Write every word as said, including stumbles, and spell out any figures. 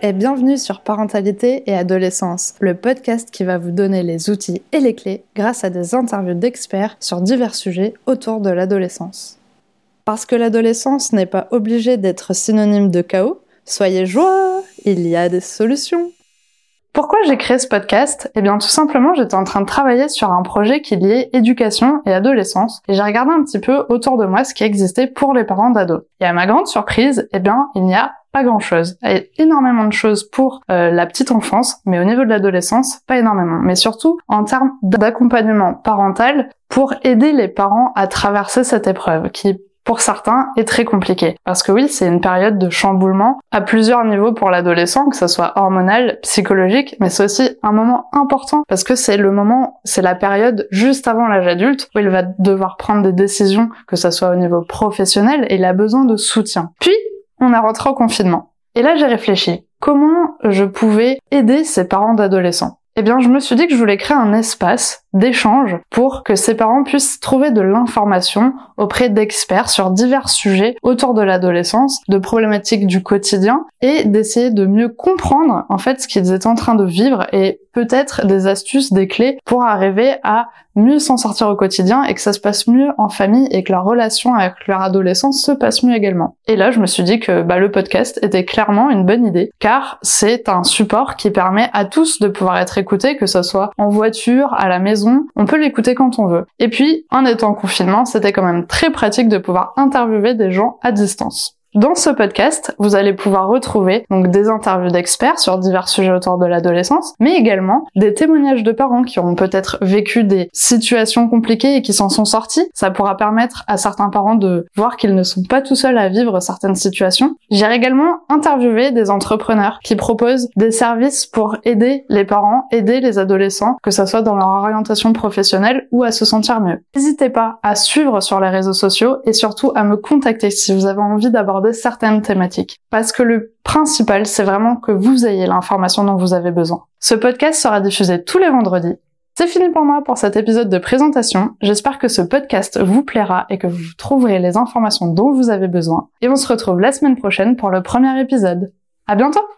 et bienvenue sur Parentalité et Adolescence, le podcast qui va vous donner les outils et les clés grâce à des interviews d'experts sur divers sujets autour de l'adolescence. Parce que l'adolescence n'est pas obligée d'être synonyme de chaos, soyez joie, il y a des solutions. Pourquoi j'ai créé ce podcast ? Eh bien tout simplement j'étais en train de travailler sur un projet qui liait éducation et adolescence et j'ai regardé un petit peu autour de moi ce qui existait pour les parents d'ados. Et à ma grande surprise, eh bien il n'y a pas grand-chose. Il y a énormément de choses pour euh, la petite enfance, mais au niveau de l'adolescence, pas énormément. Mais surtout en termes d'accompagnement parental pour aider les parents à traverser cette épreuve qui pour certains, est très compliqué. Parce que oui, c'est une période de chamboulement à plusieurs niveaux pour l'adolescent, que ce soit hormonal, psychologique, mais c'est aussi un moment important parce que c'est le moment, c'est la période juste avant l'âge adulte où il va devoir prendre des décisions, que ce soit au niveau professionnel, et il a besoin de soutien. Puis, on est rentré au confinement. Et là, j'ai réfléchi. Comment je pouvais aider ces parents d'adolescents ? Eh bien, je me suis dit que je voulais créer un espace d'échange pour que ces parents puissent trouver de l'information auprès d'experts sur divers sujets autour de l'adolescence, de problématiques du quotidien et d'essayer de mieux comprendre en fait ce qu'ils étaient en train de vivre et peut-être des astuces, des clés pour arriver à mieux s'en sortir au quotidien et que ça se passe mieux en famille et que leur relation avec leur adolescence se passe mieux également. Et là, je me suis dit que bah, le podcast était clairement une bonne idée car c'est un support qui permet à tous de pouvoir être écoutés, que ce soit en voiture, à la maison, on peut l'écouter quand on veut. Et puis, en étant en confinement, c'était quand même très pratique de pouvoir interviewer des gens à distance. Dans ce podcast, vous allez pouvoir retrouver donc des interviews d'experts sur divers sujets autour de l'adolescence, mais également des témoignages de parents qui ont peut-être vécu des situations compliquées et qui s'en sont sortis. Ça pourra permettre à certains parents de voir qu'ils ne sont pas tout seuls à vivre certaines situations. J'ai également interviewé des entrepreneurs qui proposent des services pour aider les parents, aider les adolescents, que ce soit dans leur orientation professionnelle ou à se sentir mieux. N'hésitez pas à suivre sur les réseaux sociaux et surtout à me contacter si vous avez envie d'aborder certaines thématiques. Parce que le principal, c'est vraiment que vous ayez l'information dont vous avez besoin. Ce podcast sera diffusé tous les vendredis. C'est fini pour moi pour cet épisode de présentation. J'espère que ce podcast vous plaira et que vous trouverez les informations dont vous avez besoin. Et on se retrouve la semaine prochaine pour le premier épisode. À bientôt!